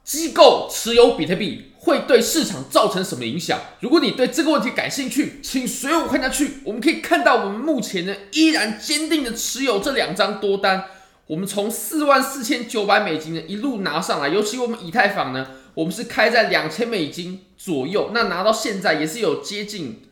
机构持有比特币会对市场造成什么影响？如果你对这个问题感兴趣，请随我看下去。我们可以看到，我们目前呢依然坚定的持有这2张多单。我们从$44,900呢一路拿上来，尤其我们以太坊呢，我们是开在$2000左右，那拿到现在也是有接近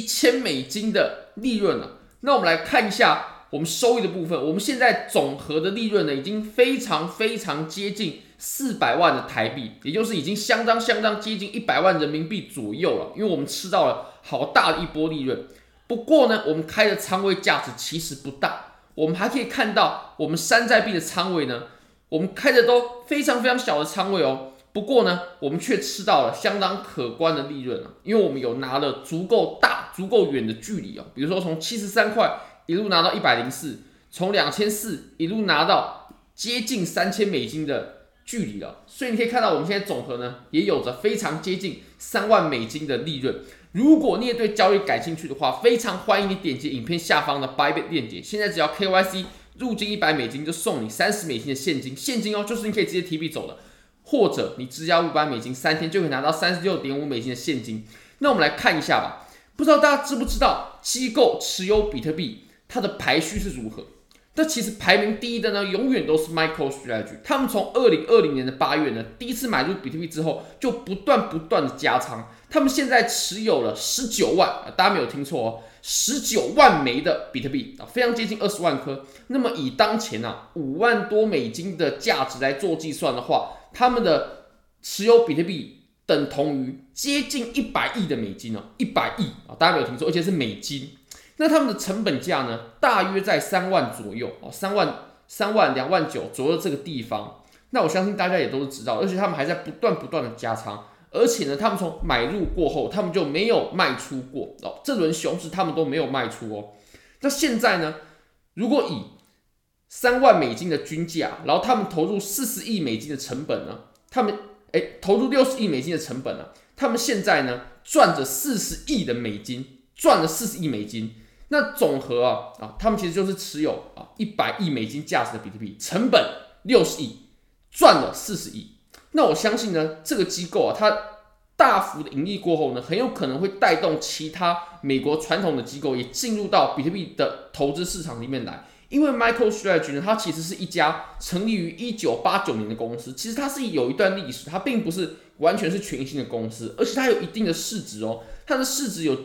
$1000的利润了。那我们来看一下我们收益的部分，我们现在总和的利润呢已经非常接近400万的台币，也就是已经相当接近100万人民币左右了。因为我们吃到了好大的一波利润。不过呢，我们开的仓位价值其实不大，我们还可以看到我们山寨币的仓位呢，我们开的都非常小的仓位哦。不过呢，我们却吃到了相当可观的利润啊，因为我们有拿了足够大、足够远的距离哦。比如说从73块一路拿到104，从2400一路拿到接近$3000的距离了。所以你可以看到，我们现在总和呢也有着非常接近$3万的利润。如果你也对交易感兴趣的话，非常欢迎你点击影片下方的 Bybit 链接。现在只要 KYC 入金$100就送你$30的现金，现金哦，就是你可以直接提币走的。或者你质押$500，3天就可以拿到$36.5的现金。那我们来看一下吧，不知道大家知不知道机构持有比特币它的排序是如何？那其实排名第一的呢，永远都是 MicroStrategy。他们从2020年的8月呢，第一次买入比特币之后，就不断的加仓。他们现在持有了19万，大家没有听错哦，19万枚的比特币，非常接近20万颗。那么以当前$5万多的价值来做计算的话，他们的持有比特币等同于接近100亿的美金哦，100亿啊，大家没有听错，而且是美金。那他们的成本价呢，大约在3万左右哦，3万、2万9左右这个地方。那我相信大家也都是知道，而且他们还在不断的加仓，而且呢，他们从买入过后，他们就没有卖出过哦，这轮熊市他们都没有卖出哦。那现在呢，如果以$3万的均价，然后他们投入40亿美金的成本呢，他们投入60亿美金的成本呢，他们现在呢赚着40亿的美金，赚了40亿美金。那总和他们其实就是持有100亿美金价值的比特币，成本60亿，赚了40亿。那我相信呢，这个机构它大幅的盈利过后呢，很有可能会带动其他美国传统的机构也进入到比特币的投资市场里面来。因为 MicroStrategy 呢，它其实是一家成立于1989年的公司，其实它是有一段历史，它并不是完全是全新的公司，而且它有一定的市值哦，它的市值有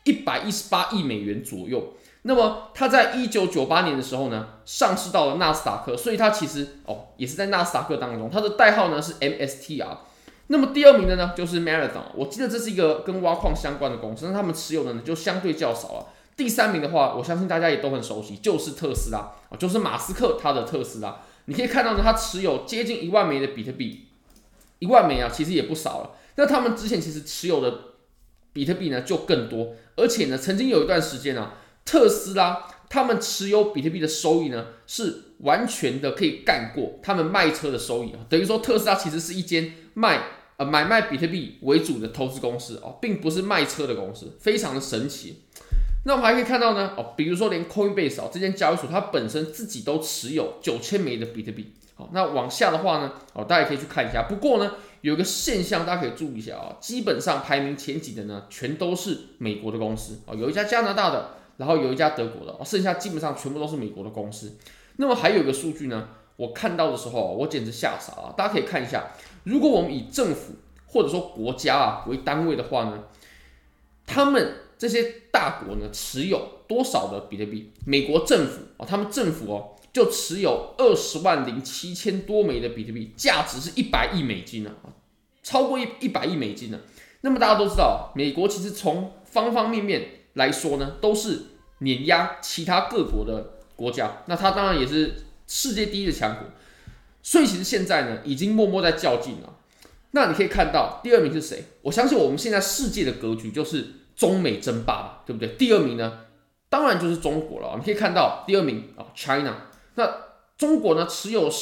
$118亿左右。那么它在1998年的时候呢，上市到了纳斯达克，所以它其实也是在纳斯达克当中，它的代号呢是 MSTR。那么第2名的呢就是 Marathon， 我记得这是一个跟挖矿相关的公司，那他们持有的呢就相对较少了。第3名的话，我相信大家也都很熟悉，就是特斯拉，就是马斯克他的特斯拉。你可以看到呢，他持有接近1万枚的比特币，1万枚其实也不少了。那他们之前其实持有的比特币呢就更多，而且呢，曾经有一段时间特斯拉他们持有比特币的收益呢是完全的可以干过他们卖车的收益，等于说特斯拉其实是一间买卖比特币为主的投资公司并不是卖车的公司，非常的神奇。那我们还可以看到呢，比如说连 Coinbase 这间交易所，它本身自己都持有9000枚的比特币。那往下的话呢，大家也可以去看一下。不过呢，有一个现象大家可以注意一下基本上排名前几的呢，全都是美国的公司有一家加拿大的，然后有一家德国的，剩下基本上全部都是美国的公司。那么还有一个数据呢，我看到的时候我简直吓傻了。大家可以看一下，如果我们以政府或者说国家为单位的话呢，他们这些大国呢持有多少的比特币？美国政府他们政府就持有20.7万多枚的比特币，价值是100亿美金超过100亿美金了。那么大家都知道，美国其实从方方面面来说呢，都是碾压其他各国的国家，那它当然也是世界第一的强国。所以其实现在呢，已经默默在较劲了。那你可以看到第2名是谁？我相信我们现在世界的格局就是中美争霸，对不对？第2名呢，当然就是中国了。你可以看到第2名China， 那中国呢持有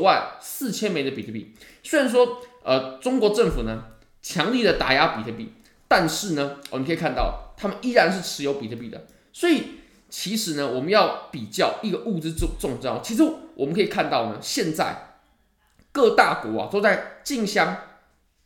19.4万枚的比特币。虽然说中国政府呢强力的打压比特币，但是呢你可以看到他们依然是持有比特币的。所以其实呢，我们要比较一个物资重要。其实我们可以看到呢，现在各大国都在竞相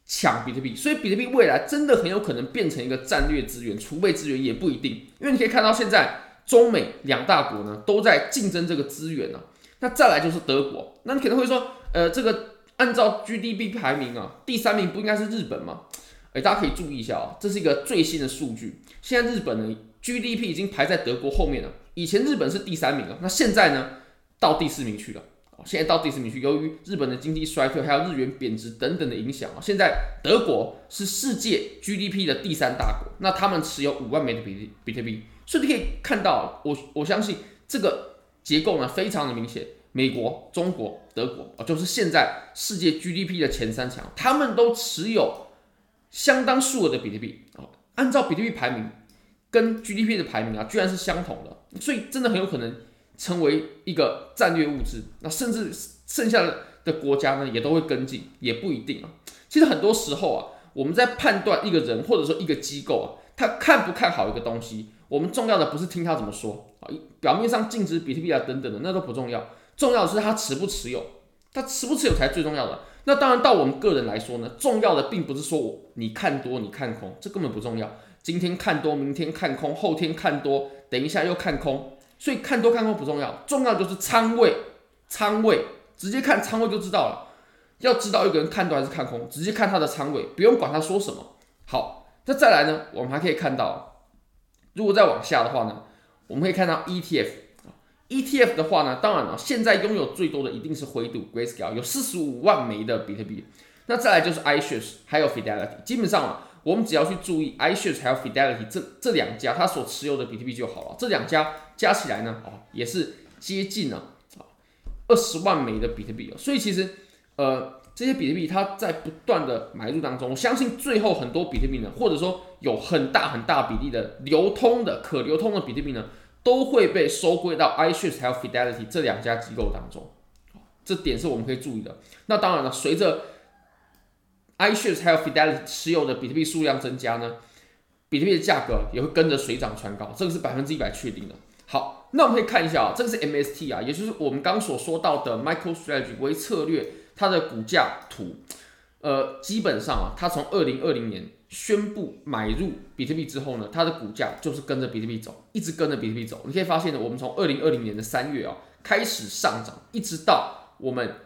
抢比特币，所以比特币未来真的很有可能变成一个战略资源、储备资源，也不一定。因为你可以看到现在中美两大国呢都在竞争这个资源啊。那再来就是德国，那你可能会说，这个按照 GDP 排名啊，第3名不应该是日本吗？大家可以注意一下这是一个最新的数据。现在日本呢 GDP 已经排在德国后面了，以前日本是第3名了，那现在呢到第4名去了。现在到第4名去，由于日本的经济衰退，还有日元贬值等等的影响，现在德国是世界 GDP 的第3大国，那他们持有5万枚的比特币，所以你可以看到，我相信这个结构呢非常的明显。美国、中国、德国就是现在世界 GDP 的前3强，他们都持有相当数额的比特币。按照比特币排名跟 GDP 的排名居然是相同的，所以真的很有可能成为一个战略物资，那甚至剩下的国家呢也都会跟进，也不一定啊。其实很多时候我们在判断一个人或者说一个机构他看不看好一个东西，我们重要的不是听他怎么说表面上禁止比特币等等的那都不重要，重要的是他持不持有，他持不持有才最重要的。那当然到我们个人来说呢，重要的并不是说你看多你看空，这根本不重要。今天看多，明天看空，后天看多，等一下又看空。所以看多看空不重要，重要的就是仓位，直接看仓位就知道了。要知道一个人看多还是看空，直接看他的仓位，不用管他说什么。好，那再来呢，我们还可以看到，如果再往下的话呢，我们可以看到 ETF 的话呢，当然了，现在拥有最多的一定是灰度 Grayscale， 有45万枚的比特币。那再来就是 iShares 还有 Fidelity， 基本上我们只要去注意 iShares 还有 Fidelity 这2家它所持有的比特币就好了。这2家加起来呢，也是接近20万枚的比特币。所以其实这些比特币它在不断的买入当中，我相信最后很多比特币呢，或者说有很大比例的可流通的比特币呢，都会被收归到 iShares 还有 Fidelity 这2家机构当中。这点是我们可以注意的。那当然了，随着iShares 还有 Fidelity 持有的比特币数量增加呢，比特币的价格也会跟着水涨船高，这个是100%确定的。好，那我们可以看一下这个是 MST 也就是我们刚所说到的 MicroStrategy 微策略它的股价图。基本上它从2020年宣布买入比特币之后呢，它的股价就是跟着比特币走，一直跟着比特币走。你可以发现呢，我们从2020年的3月开始上涨，一直到我们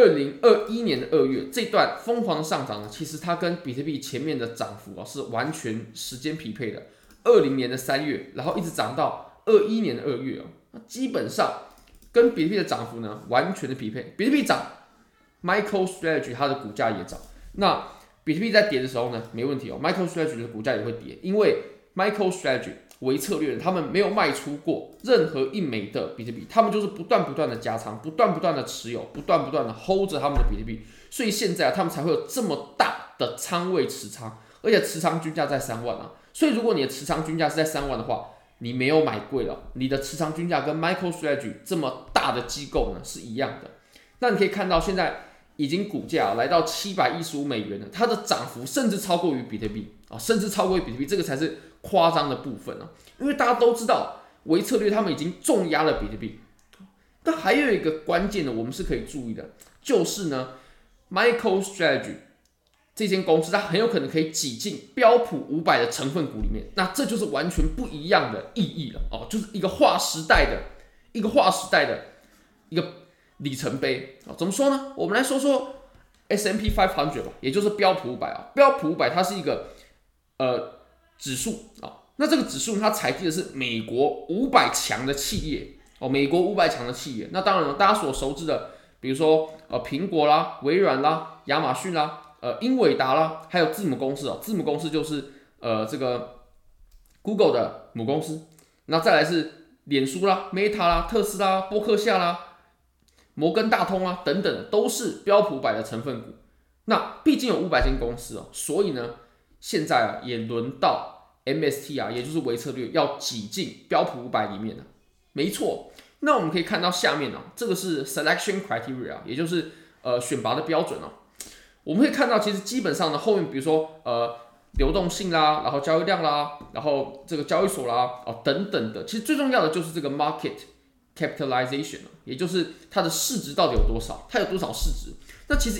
2021年的2月，这段疯狂的上涨呢，其实它跟比特币前面的涨幅是完全时间匹配的。20年的3月，然后一直涨到21年的2月基本上跟比特币的涨幅呢完全的匹配。比特币涨 ，MicroStrategy 它的股价也涨。那比特币在跌的时候呢，没问题MicroStrategy 的股价也会跌，因为 MicroStrategy 微策略他们没有卖出过任何1枚的比特币，他们就是不断的加仓，不断的持有，不断的 hold 着他们的比特币，所以现在他们才会有这么大的仓位持仓，而且持仓均价在3万所以如果你的持仓均价是在3万的话，你没有买贵了，你的持仓均价跟 MicroStrategy 这么大的机构呢是一样的。那你可以看到现在已经股价来到715美元了，它的涨幅甚至超过于比特币这个才是夸张的部分因为大家都知道微策略他们已经重压了比特币。但还有一个关键的我们是可以注意的，就是呢 MicroStrategy 这间公司它很有可能可以挤进标普500的成分股里面，那这就是完全不一样的意义了就是一个划时代的一个里程碑怎么说呢？我们来说说 S&P 500吧，也就是标普500标普500它是一个指数那这个指数它采集的是美国500强的企业美国500强的企业。那当然了，大家所熟知的，比如说苹果啦、微软啦、亚马逊啦、英伟达啦，还有字母公司字母公司就是这个 Google 的母公司。那再来是脸书啦、Meta 啦、特斯拉、波克夏啦、摩根大通啊等等，都是标普500的成分股。那毕竟有500间公司所以呢，现在也轮到 MST 也就是微策略要挤进标普500里面没错。那我们可以看到下面这个是 selection criteria， 也就是选拔的标准我们可以看到，其实基本上呢，后面比如说流动性啦，然后交易量啦，然后这个交易所啦等等的，其实最重要的就是这个 market capitalization， 也就是它的市值到底有多少，它有多少市值。那其实以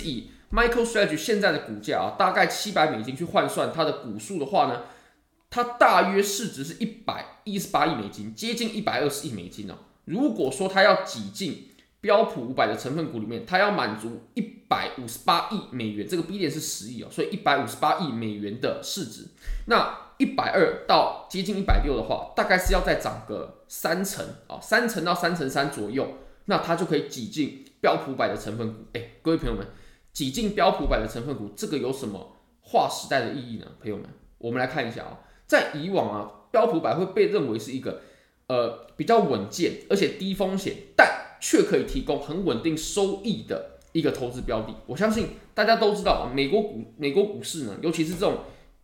MicroStrategy 现在的股价啊，大概$700去换算它的股数的话呢，它大约市值是$118亿，接近$120亿哦。如果说它要挤进标普500的成分股里面，它要满足$158亿，这个 B 点是10亿哦，所以$158亿的市值。那120到接近160的话，大概是要再涨个3成啊，3成到3.3成左右，那它就可以挤进标普500的成分股。各位朋友们，挤进标普500的成分股，这个有什么划时代的意义呢？朋友们，我们来看一下啊，在以往啊，标普500会被认为是一个比较稳健而且低风险，但却可以提供很稳定收益的一个投资标的。我相信大家都知道，美国股市呢，尤其是这种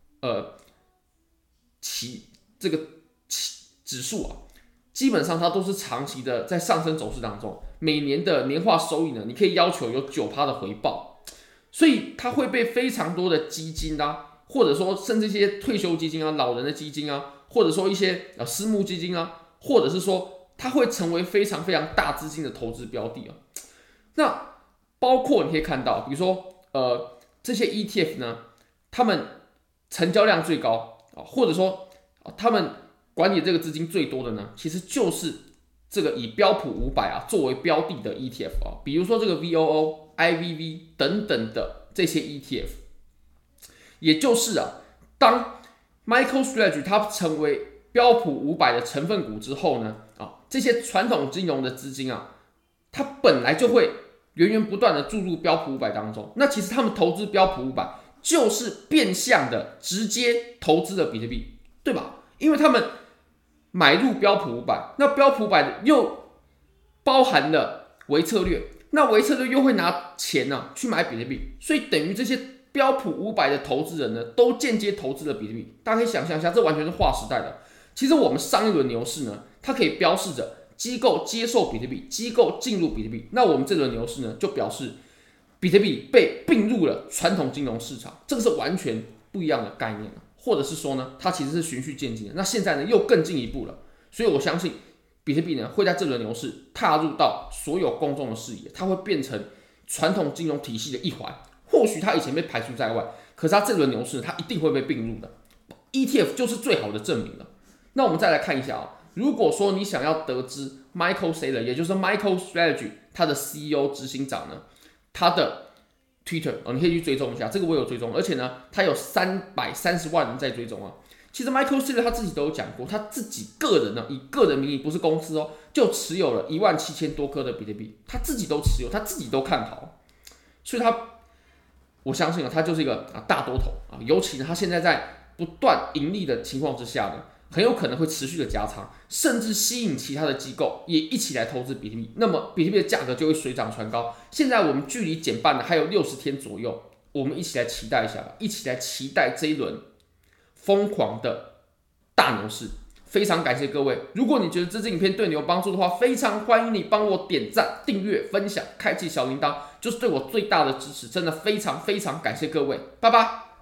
这个指数啊，基本上它都是长期的在上升走势当中，每年的年化收益呢，你可以要求有9%的回报，所以它会被非常多的基金啊，或者说甚至一些退休基金啊、老人的基金啊，或者说一些私募基金啊，或者是说它会成为非常非常大资金的投资标的啊。那包括你可以看到，比如说这些 ETF 呢，他们成交量最高啊，或者说他们管理这个资金最多的呢，其实就是这个以标普500啊作为标的的 ETF 啊，比如说这个 VOO、IVV 等等的这些 ETF， 也就是啊，当 MicroStrategy 它成为标普500的成分股之后呢，这些传统金融的资金啊，它本来就会源源不断的注入标普500当中，那其实他们投资标普500就是变相的直接投资了比特币，对吧？因为他们买入标普500，那标普500又包含了微策略，那微策略又会拿钱去买比特币，所以等于这些标普500的投资人呢，都间接投资了比特币。大家可以想象一下，这完全是划时代的。其实我们上一轮牛市呢，它可以标示着机构接受比特币，机构进入比特币。那我们这轮牛市呢，就表示比特币被并入了传统金融市场，这个是完全不一样的概念，或者是说呢，它其实是循序渐进的。那现在呢，又更进一步了，所以我相信比特币呢，会在这轮牛市踏入到所有公众的视野，它会变成传统金融体系的一环。或许它以前被排除在外，可是它这轮牛市它一定会被并入的。ETF 就是最好的证明了。那我们再来看一下如果说你想要得知 Michael Saylor， 也就是 MicroStrategy 他的 CEO 执行长呢，他的 Twitter 你可以去追踪一下，这个我有追踪，而且呢，他有330万人在追踪啊。其实 Michael Saylor 他自己都有讲过，他自己个人呢，以个人名义，不是公司就持有了17000多颗的比特币，他自己都持有，他自己都看好，所以我相信他就是一个大多头尤其呢，他现在在不断盈利的情况之下呢，很有可能会持续的加仓，甚至吸引其他的机构也一起来投资比特币，那么比特币的价格就会水涨船高。现在我们距离减半呢还有60天左右，我们一起来期待一下吧，一起来期待这一轮疯狂的大牛市。非常感谢各位，如果你觉得这支影片对你有帮助的话，非常欢迎你帮我点赞、订阅、分享、开启小铃铛，就是对我最大的支持。真的非常非常感谢各位，拜拜。